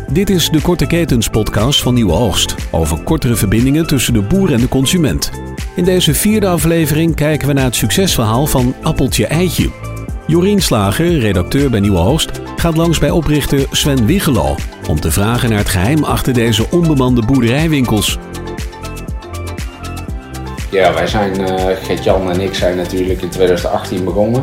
Dit is de Korte Ketens podcast van Nieuwe Oogst over kortere verbindingen tussen de boer en de consument. In deze 4e aflevering kijken we naar het succesverhaal van Appeltje Eitje. Jorien Slager, redacteur bij Nieuwe Oogst, gaat langs bij oprichter Sven Wiggelo om te vragen naar het geheim achter deze onbemande boerderijwinkels. Ja, wij zijn, Gert-Jan en ik zijn natuurlijk in 2018 begonnen.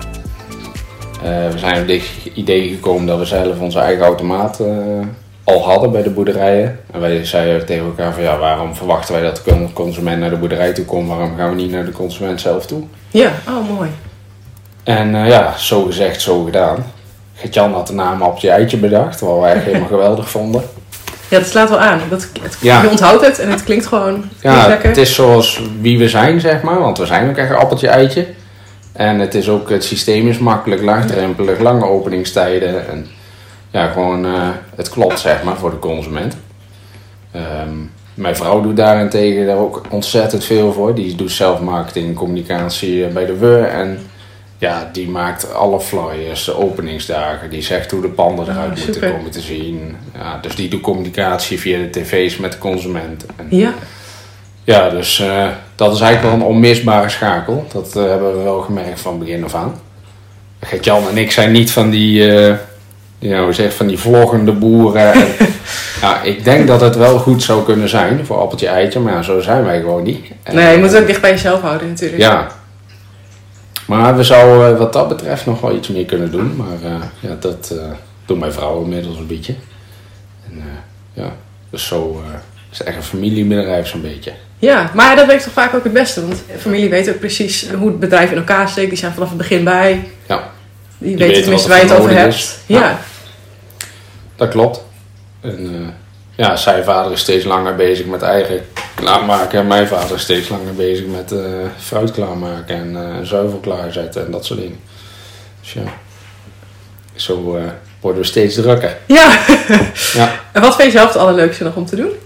We zijn op dit idee gekomen dat we zelf onze eigen automaat al hadden bij de boerderijen. En wij zeiden tegen elkaar van ja, waarom verwachten wij dat de consument naar de boerderij toe komt? Waarom gaan we niet naar de consument zelf toe? Ja, oh mooi. En zo gezegd, zo gedaan. Gert-Jan had de naam Appeltje Eitje bedacht, wat wij echt helemaal geweldig vonden. Ja, dat slaat wel aan. Je onthoudt het en het klinkt gewoon lekker. Het is zoals wie we zijn, zeg maar. Want we zijn ook echt Appeltje Eitje. En het systeem is makkelijk, laagdrempelig, lange openingstijden. En ja, gewoon het klopt, zeg maar, voor de consument. Mijn vrouw doet daarentegen daar ook ontzettend veel voor. Die doet zelf marketing en communicatie bij de WUR. En ja, die maakt alle flyers, de openingsdagen. Die zegt hoe de panden eruit moeten komen te zien. Ja, dus die doet communicatie via de tv's met de consument. En ja, dus dat is eigenlijk wel een onmisbare schakel. Dat hebben we wel gemerkt van begin af aan. Gert-Jan en ik zijn niet van die, van die vloggende boeren. En, ja, ik denk dat het wel goed zou kunnen zijn voor Appeltje Eitje, maar ja, zo zijn wij gewoon niet. Nee, je moet het ook dicht bij jezelf houden natuurlijk. Ja. Maar we zouden wat dat betreft nog wel iets meer kunnen doen. Maar dat doet mijn vrouw inmiddels een beetje. En dus zo is het echt een familiebedrijf zo'n beetje. Ja, maar dat werkt toch vaak ook het beste. Want familie weet ook precies hoe het bedrijf in elkaar steekt. Die zijn vanaf het begin bij. Ja. Die weten tenminste waar je het over hebt. Ja. Dat klopt. En zijn vader is steeds langer bezig met eigen klaarmaken. En mijn vader is steeds langer bezig met fruit klaarmaken en zuivel klaarzetten en dat soort dingen. Dus ja, zo worden we steeds drukker. Ja. Ja. En wat vind je zelf het allerleukste nog om te doen?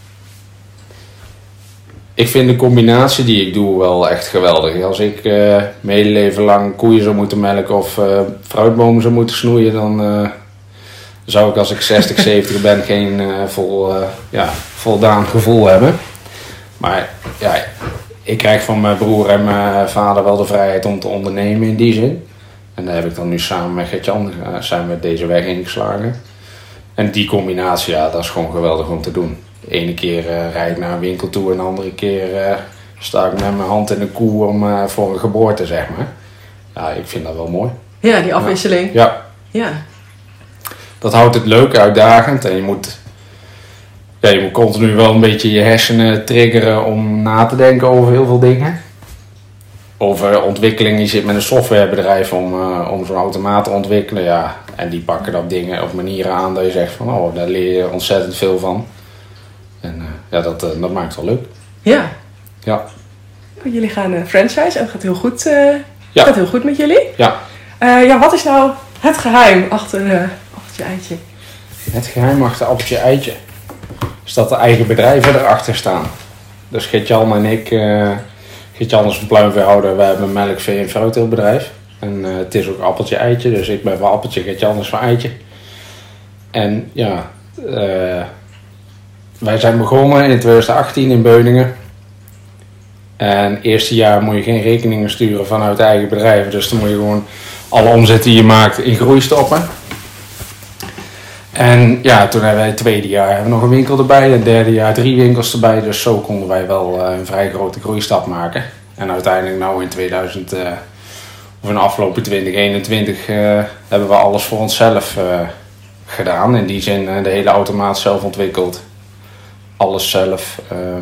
Ik vind de combinatie die ik doe wel echt geweldig. Als ik mijn hele leven lang koeien zou moeten melken of fruitbomen zou moeten snoeien, dan zou ik als ik 60, 70 ben geen voldaan gevoel hebben. Maar ja, ik krijg van mijn broer en mijn vader wel de vrijheid om te ondernemen in die zin. En daar heb ik dan nu samen met Gert-Jan zijn we deze weg ingeslagen. En die combinatie, ja, dat is gewoon geweldig om te doen. De ene keer rijd ik naar een winkel toe en de andere keer sta ik met mijn hand in een koe voor een geboorte, zeg maar. Ja, ik vind dat wel mooi. Ja, die afwisseling. Ja. Dat houdt het leuk, uitdagend. En je moet continu wel een beetje je hersenen triggeren om na te denken over heel veel dingen. Over ontwikkeling. Je zit met een softwarebedrijf om zo'n automaat te ontwikkelen. Ja, en die pakken dat dingen op manieren aan dat je zegt van oh, daar leer je ontzettend veel van. En dat maakt wel leuk. Ja. Jullie gaan franchise en het gaat heel goed. Gaat heel goed met jullie. Ja. Wat is nou het geheim achter Appeltje Eitje? Het geheim achter Appeltje Eitje is dat de eigen bedrijven erachter staan. Dus Gert-Jan en ik, Gert-Jan is een pluimveehouder, wij hebben een melkvee- en fruitteelbedrijf. En het is ook Appeltje Eitje, dus ik ben van Appeltje, Gert-Jan is van Eitje. En ja, wij zijn begonnen in 2018 in Beuningen. En het eerste jaar moet je geen rekeningen sturen vanuit eigen bedrijven. Dus dan moet je gewoon alle omzet die je maakt in groei stoppen. En ja, toen hebben wij het tweede jaar nog een winkel erbij. Het derde jaar 3 winkels erbij. Dus zo konden wij wel een vrij grote groeistap maken. En uiteindelijk nou in in afgelopen 2021 hebben we alles voor onszelf gedaan. In die zin de hele automaat zelf ontwikkeld. Alles zelf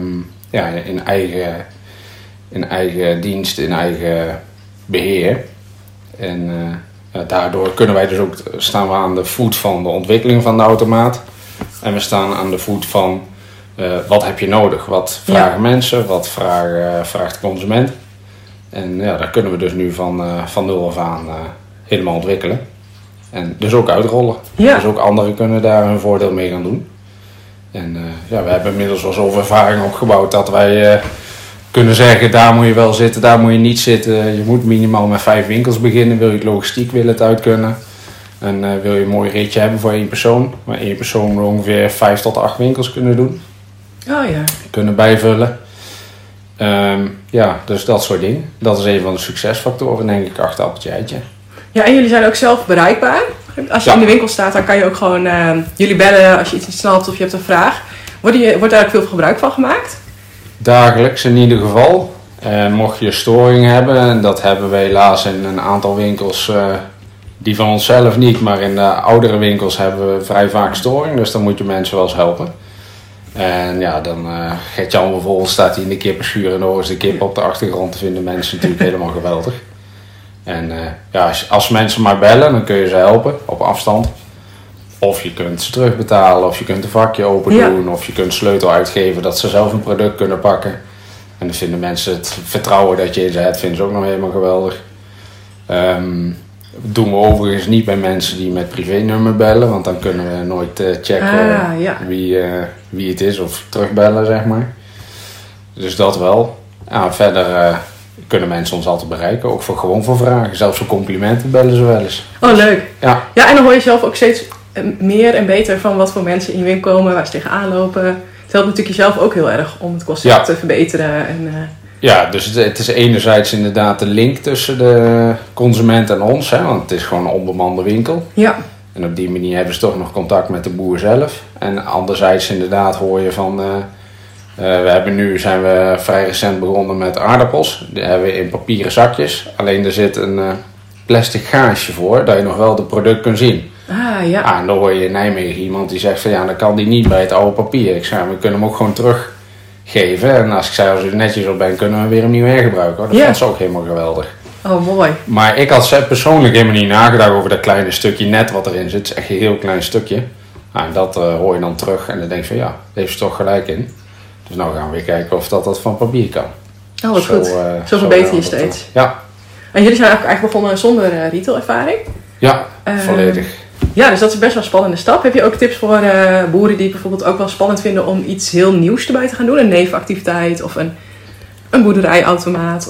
in eigen dienst, in eigen beheer. En daardoor kunnen wij dus ook staan we aan de voet van de ontwikkeling van de automaat. En we staan aan de voet van wat heb je nodig? Wat vragen mensen? Wat vraagt de consument? En ja, daar kunnen we dus nu van nul af aan helemaal ontwikkelen. En dus ook uitrollen. Ja. Dus ook anderen kunnen daar hun voordeel mee gaan doen. En we hebben inmiddels wel zoveel ervaring opgebouwd dat wij kunnen zeggen, daar moet je wel zitten, daar moet je niet zitten. Je moet minimaal met 5 winkels beginnen, wil je het logistiek willen het uit kunnen. En wil je een mooi ritje hebben voor 1 persoon. Maar 1 persoon moet ongeveer 5 tot 8 winkels kunnen doen. Oh ja. Kunnen bijvullen. Dus dat soort dingen. Dat is een van de succesfactoren, denk ik, achter Appeltje Eitje. Ja, en jullie zijn ook zelf bereikbaar. Als je in de winkel staat, dan kan je ook gewoon jullie bellen als je iets niet snapt of je hebt een vraag. Wordt daar ook veel gebruik van gemaakt? Dagelijks in ieder geval. Mocht je storing hebben, en dat hebben we helaas in een aantal winkels, die van onszelf niet, maar in de oudere winkels hebben we vrij vaak storing. Dus dan moet je mensen wel eens helpen. En ja, dan Gert-Jan bijvoorbeeld staat hij in de kippenschuur en dan is de kip op de achtergrond. Dat vinden mensen natuurlijk helemaal geweldig. En als mensen maar bellen, dan kun je ze helpen op afstand. Of je kunt ze terugbetalen, of je kunt een vakje open doen, of je kunt sleutel uitgeven dat ze zelf een product kunnen pakken. En dan vinden mensen het vertrouwen dat je in ze hebt, vinden ze ook nog helemaal geweldig. Dat doen we overigens niet bij mensen die met privénummer bellen, want dan kunnen we nooit checken wie het is of terugbellen, zeg maar. Dus dat wel. Verder kunnen mensen ons altijd bereiken, ook gewoon voor vragen. Zelfs voor complimenten bellen ze wel eens. Oh, leuk. Ja, en dan hoor je zelf ook steeds meer en beter van wat voor mensen in je winkel komen, waar ze tegenaan lopen. Het helpt natuurlijk jezelf ook heel erg om het concept te verbeteren. Ja, dus het is enerzijds inderdaad de link tussen de consument en ons, hè, want het is gewoon een onbemande winkel. Ja. En op die manier hebben ze toch nog contact met de boer zelf. En anderzijds inderdaad hoor je van, zijn we vrij recent begonnen met aardappels. Die hebben we in papieren zakjes, alleen er zit een plastic gaasje voor, dat je nog wel het product kunt zien. En dan hoor je in Nijmegen iemand die zegt van dan kan die niet bij het oude papier. Ik zei, we kunnen hem ook gewoon teruggeven. En als ik er netjes op ben, kunnen we hem weer opnieuw hergebruiken. Dat vond ze ook helemaal geweldig. Oh, mooi. Maar ik had persoonlijk helemaal niet nagedacht over dat kleine stukje net wat erin zit. Het is echt een heel klein stukje. En dat hoor je dan terug en dan denk je van daar heeft ze toch gelijk in. Dus nou gaan we weer kijken of dat van papier kan. Oh, wat goed. Zo verbeter je steeds. Ja. En jullie zijn eigenlijk begonnen zonder retailervaring? Ja, volledig. Ja, dus dat is best wel een spannende stap. Heb je ook tips voor boeren die het bijvoorbeeld ook wel spannend vinden om iets heel nieuws erbij te gaan doen? Een nevenactiviteit of een boerderijautomaat?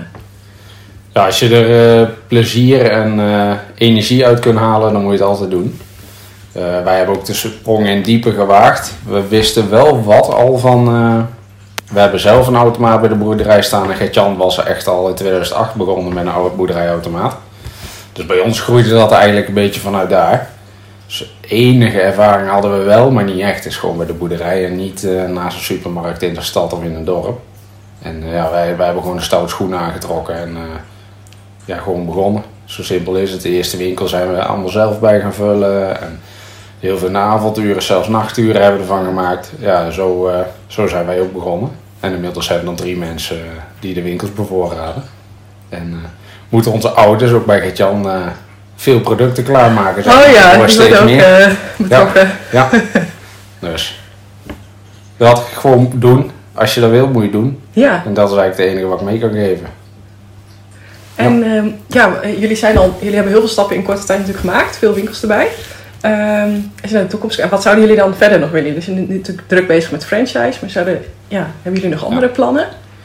Als je er plezier en energie uit kunt halen, dan moet je het altijd doen. Wij hebben ook de sprong in diepe gewaagd. We wisten wel wat al van... we hebben zelf een automaat bij de boerderij staan. En Gert-Jan was echt al in 2008 begonnen met een oude boerderijautomaat. Dus bij ons groeide dat eigenlijk een beetje vanuit daar. Dus enige ervaring hadden we wel, maar niet echt. Het is gewoon bij de boerderij en niet naast een supermarkt in de stad of in een dorp. En wij hebben gewoon een stout schoen aangetrokken en gewoon begonnen. Zo simpel is het. De eerste winkel zijn we allemaal zelf bij gaan vullen. En heel veel avonduren, zelfs nachturen hebben we ervan gemaakt. Ja, zo zijn wij ook begonnen. En inmiddels hebben we dan 3 mensen die de winkels bevoorraden. En moeten onze ouders ook bij Gert-Jan veel producten klaarmaken. Die wordt ook betrokken. Ja. Dus dat gewoon doen. Als je dat wil, moet je doen. Ja. En dat is eigenlijk het enige wat ik mee kan geven. En jullie hebben heel veel stappen in korte tijd natuurlijk gemaakt. Veel winkels erbij. Als je naar de toekomst kijkt, wat zouden jullie dan verder nog willen? Dus je bent natuurlijk druk bezig met franchise. Maar hebben jullie nog andere plannen?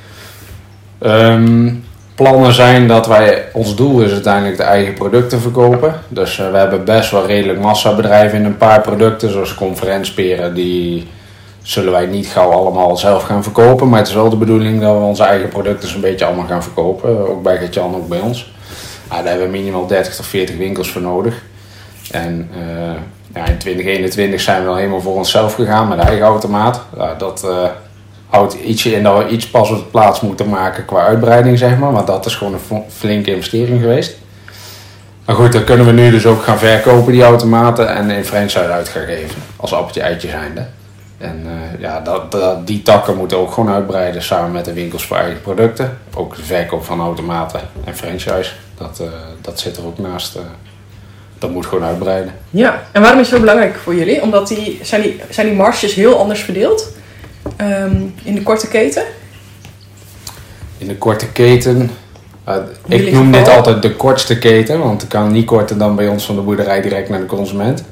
Plannen zijn dat ons doel is uiteindelijk de eigen producten verkopen. Dus we hebben best wel redelijk massabedrijven in een paar producten. Zoals conferentieperen, die zullen wij niet gauw allemaal zelf gaan verkopen. Maar het is wel de bedoeling dat we onze eigen producten zo'n beetje allemaal gaan verkopen. Ook bij Gert-Jan, ook bij ons. Daar hebben we minimaal 30 tot 40 winkels voor nodig. En in 2021 zijn we al helemaal voor onszelf gegaan met de eigen automaat. Dat houdt ietsje in dat we iets pas op de plaats moeten maken qua uitbreiding, zeg maar. Want dat is gewoon een flinke investering geweest. Maar goed, dan kunnen we nu dus ook gaan verkopen, die automaten, en in franchise uit gaan geven. Als appeltje eitje zijnde. En die takken moeten ook gewoon uitbreiden samen met de winkels voor eigen producten. Ook de verkoop van automaten en franchise. Dat zit er ook naast. Dat moet gewoon uitbreiden. Ja, en waarom is het zo belangrijk voor jullie? Omdat zijn die marges heel anders verdeeld in de korte keten? In de korte keten... ik noem dit altijd de kortste keten, want het kan niet korter dan bij ons van de boerderij direct naar de consument.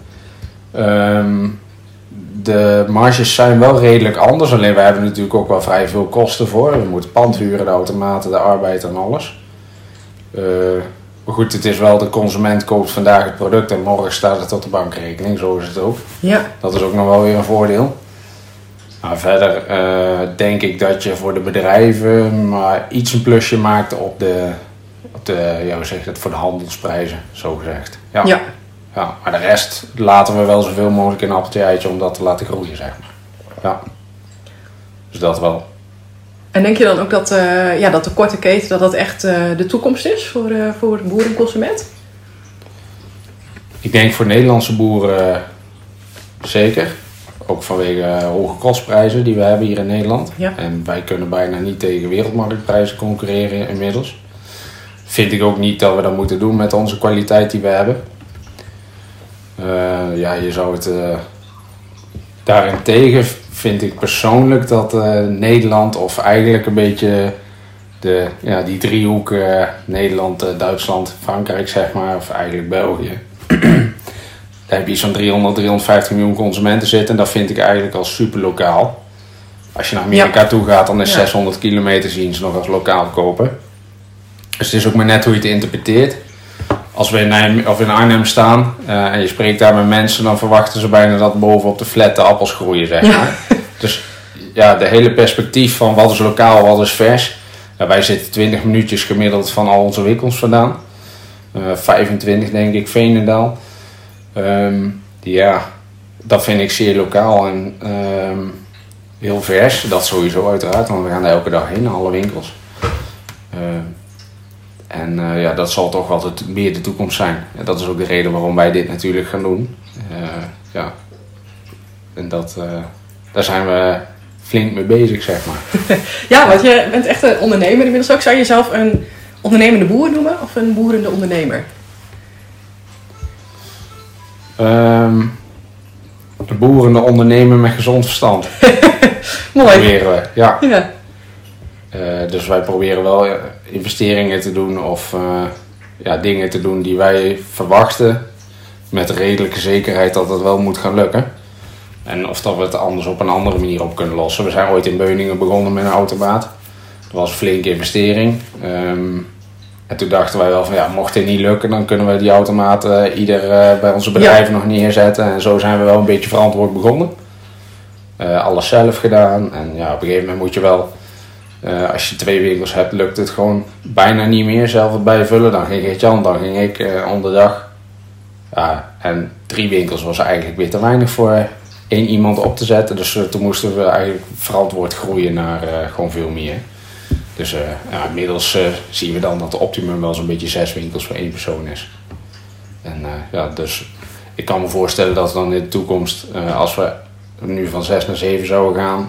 De marges zijn wel redelijk anders, alleen wij hebben natuurlijk ook wel vrij veel kosten voor. We moeten pand huren, de automaten, de arbeid en alles. Maar goed, het is wel de consument koopt vandaag het product en morgen staat het op de bankrekening. Zo is het ook. Ja. Dat is ook nog wel weer een voordeel. Maar verder denk ik dat je voor de bedrijven maar iets een plusje maakt op de hoe zeg je dat, voor de handelsprijzen, zo gezegd. Ja. Ja. Ja, maar de rest laten we wel zoveel mogelijk in een appeltje-eitje om dat te laten groeien, zeg maar. Ja. Dus dat wel. En denk je dan ook dat de korte keten dat echt de toekomst is voor boer en consument? Ik denk voor Nederlandse boeren zeker. Ook vanwege hoge kostprijzen die we hebben hier in Nederland. Ja. En wij kunnen bijna niet tegen wereldmarktprijzen concurreren inmiddels. Vind ik ook niet dat we dat moeten doen met onze kwaliteit die we hebben. Je zou het... Daarentegen vind ik persoonlijk dat Nederland of eigenlijk een beetje die driehoek Nederland, Duitsland, Frankrijk zeg maar, of eigenlijk België. Daar heb je zo'n 350 miljoen consumenten zitten en dat vind ik eigenlijk al super lokaal. Als je naar Amerika toe gaat, dan is 600 kilometer zien ze nog als lokaal kopen. Dus het is ook maar net hoe je het interpreteert. Als we in Arnhem staan en je spreekt daar met mensen, dan verwachten ze bijna dat boven op de flat de appels groeien, zeg maar. Ja. Dus ja, de hele perspectief van wat is lokaal, wat is vers. Wij zitten 20 minuutjes gemiddeld van al onze winkels vandaan. 25 denk ik, Veenendaal. Dat vind ik zeer lokaal en heel vers. Dat sowieso uiteraard, want we gaan daar elke dag heen, naar alle winkels. Dat zal toch wel meer de toekomst zijn. En dat is ook de reden waarom wij dit natuurlijk gaan doen. En daar zijn we flink mee bezig, zeg maar. Ja, want je bent echt een ondernemer inmiddels ook. Zou je jezelf een ondernemende boer noemen of een boerende ondernemer? Een boerende ondernemer met gezond verstand. Mooi. Proberen we, ja. Ja. Dus wij proberen wel investeringen te doen of dingen te doen die wij verwachten. Met redelijke zekerheid dat het wel moet gaan lukken. En of dat we het anders op een andere manier op kunnen lossen. We zijn ooit in Beuningen begonnen met een automaat. Dat was een flinke investering. En toen dachten wij wel van mocht dit niet lukken, dan kunnen we die automaat ieder bij onze bedrijven nog neerzetten. En zo zijn we wel een beetje verantwoord begonnen. Alles zelf gedaan. En op een gegeven moment moet je wel, als je 2 winkels hebt, lukt het gewoon bijna niet meer zelf het bijvullen. Dan ging Geert-Jan, dan ging ik om de dag. En 3 winkels was eigenlijk weer te weinig voor 1 iemand op te zetten. Dus toen moesten we eigenlijk verantwoord groeien naar gewoon veel meer. Dus inmiddels zien we dan dat de optimum wel zo'n beetje 6 winkels voor 1 persoon is. En dus ik kan me voorstellen dat dan in de toekomst, als we nu van 6 naar 7 zouden gaan,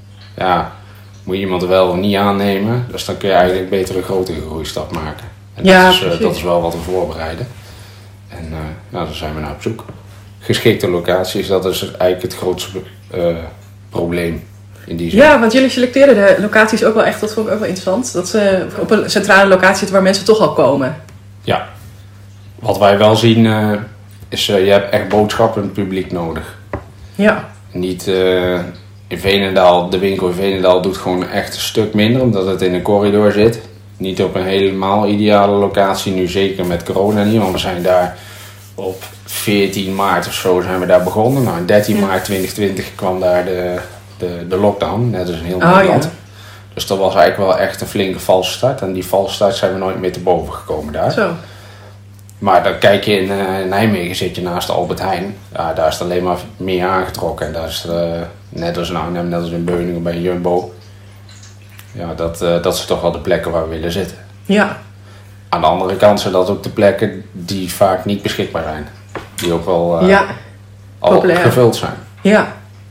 moet je iemand er wel of niet aannemen. Dus dan kun je eigenlijk beter een grotere groeistap maken. En dat is wel wat we voorbereiden. En daar zijn we naar op zoek. Geschikte locaties, dat is eigenlijk het grootste probleem in die zin. Ja, want jullie selecteren de locaties ook wel echt, dat vond ik ook wel interessant. Dat ze op een centrale locatie zitten waar mensen toch al komen. Ja. Wat wij wel zien is, je hebt echt boodschappend publiek nodig. Ja. Niet in Veenendaal, de winkel in Veenendaal doet gewoon echt een stuk minder, omdat het in een corridor zit. Niet op een helemaal ideale locatie, nu zeker met corona niet, want we zijn daar op 14 maart of zo zijn we daar begonnen. Nou, 13 maart 2020 kwam daar de lockdown, net als in heel Nederland. Ja. Dus dat was eigenlijk wel echt een flinke valse start. En die valse start zijn we nooit meer te boven gekomen daar. Zo. Maar dan kijk je in Nijmegen, zit je naast de Albert Heijn. Ja, daar is het alleen maar meer aangetrokken. En daar is net als in Arnhem, net als in Beuningen bij Jumbo. Ja, dat zijn toch wel de plekken waar we willen zitten. Ja. Aan de andere kant zijn dat ook de plekken die vaak niet beschikbaar zijn. Die ook wel al populair gevuld zijn. Ja.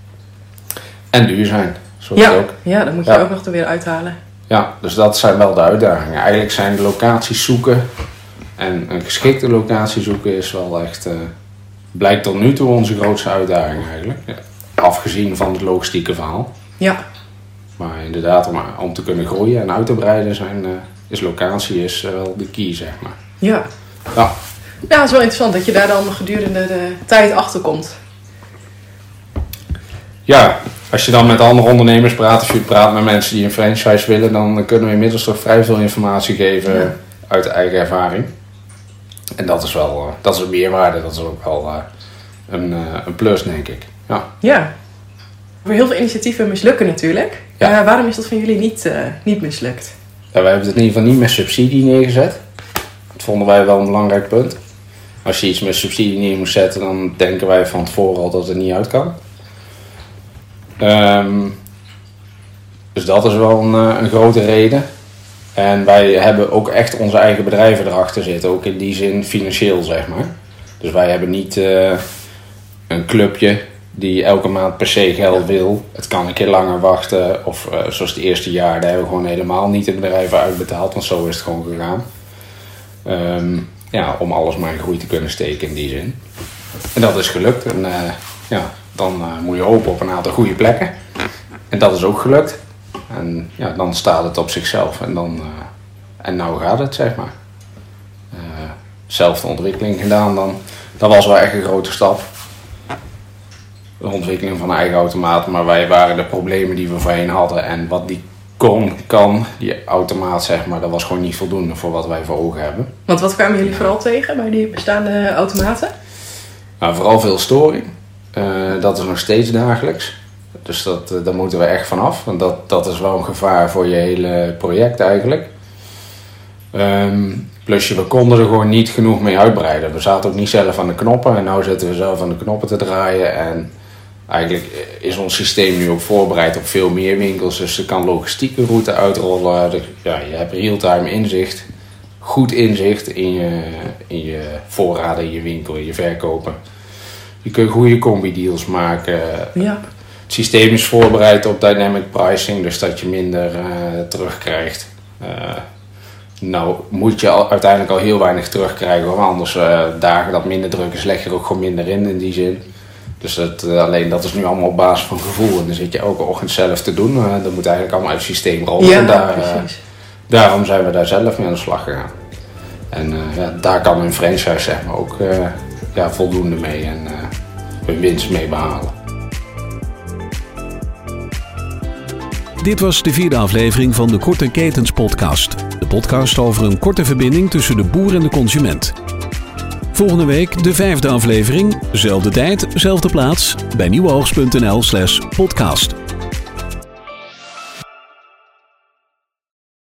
En duur zijn. Zoals ook. Ja, dan moet je ook nog er weer uithalen. Ja, dus dat zijn wel de uitdagingen. Eigenlijk zijn de locaties zoeken en een geschikte locatie zoeken is wel echt, blijkt tot nu toe onze grootste uitdaging eigenlijk. Ja. Afgezien van het logistieke verhaal. Ja. Maar inderdaad, om te kunnen groeien en uit te breiden is locatie wel de key, zeg maar. Ja. Ja. Ja, het is wel interessant dat je daar dan gedurende de tijd achter komt. Ja, als je dan met andere ondernemers praat of je praat met mensen die een franchise willen, dan kunnen we inmiddels toch vrij veel informatie geven uit eigen ervaring. En dat is wel dat is een meerwaarde. Dat is ook wel een plus, denk ik. Ja. Heel veel initiatieven mislukken natuurlijk. Ja. Waarom is dat van jullie niet mislukt? Ja, wij hebben het in ieder geval niet met subsidie neergezet. Dat vonden wij wel een belangrijk punt. Als je iets met subsidie neer moet zetten, dan denken wij van tevoren al dat het niet uit kan. Dus dat is wel een grote reden. En wij hebben ook echt onze eigen bedrijven erachter zitten. Ook in die zin financieel, zeg maar. Dus wij hebben niet een clubje die elke maand per se geld wil. Het kan een keer langer wachten. Of zoals het eerste jaar, daar hebben we gewoon helemaal niet de bedrijven uitbetaald. Want zo is het gewoon gegaan. Om alles maar in groei te kunnen steken in die zin. En dat is gelukt. En dan moet je hopen op een aantal goede plekken. En dat is ook gelukt. En dan staat het op zichzelf. En nou gaat het, zeg maar. Zelf de ontwikkeling gedaan dan. Dat was wel echt een grote stap. De ontwikkeling van een eigen automaat. Maar wij waren de problemen die we voorheen hadden. En wat die die automaat, zeg maar, dat was gewoon niet voldoende voor wat wij voor ogen hebben. Want wat kwamen jullie vooral tegen bij die bestaande automaten? Nou, vooral veel storing. Dat is nog steeds dagelijks. Dus daar moeten we echt vanaf. Want dat is wel een gevaar voor je hele project eigenlijk. Plus we konden er gewoon niet genoeg mee uitbreiden. We zaten ook niet zelf aan de knoppen. En nu zitten we zelf aan de knoppen te draaien. En eigenlijk is ons systeem nu ook voorbereid op veel meer winkels. Dus er kan logistieke route uitrollen. Je hebt real-time inzicht. Goed inzicht in je voorraden, in je winkel, in je verkopen. Je kunt goede combi-deals maken. Ja. Het systeem is voorbereid op dynamic pricing. Dus dat je minder terugkrijgt. Nou moet je uiteindelijk al heel weinig terugkrijgen. Want anders dagen dat minder druk is, leg je er ook gewoon minder in die zin. Dus alleen dat is nu allemaal op basis van gevoel. En dan zit je elke ochtend zelf te doen. Dat moet eigenlijk allemaal uit het systeem rollen. Ja, en daarom zijn we daar zelf mee aan de slag gegaan. En daar kan een franchise, zeg maar, ook voldoende mee en een winst mee behalen. Dit was de 4e aflevering van de Korte Ketens podcast. De podcast over een korte verbinding tussen de boer en de consument. Volgende week de 5e aflevering, zelfde tijd, zelfde plaats, bij nieuweoogst.nl/podcast.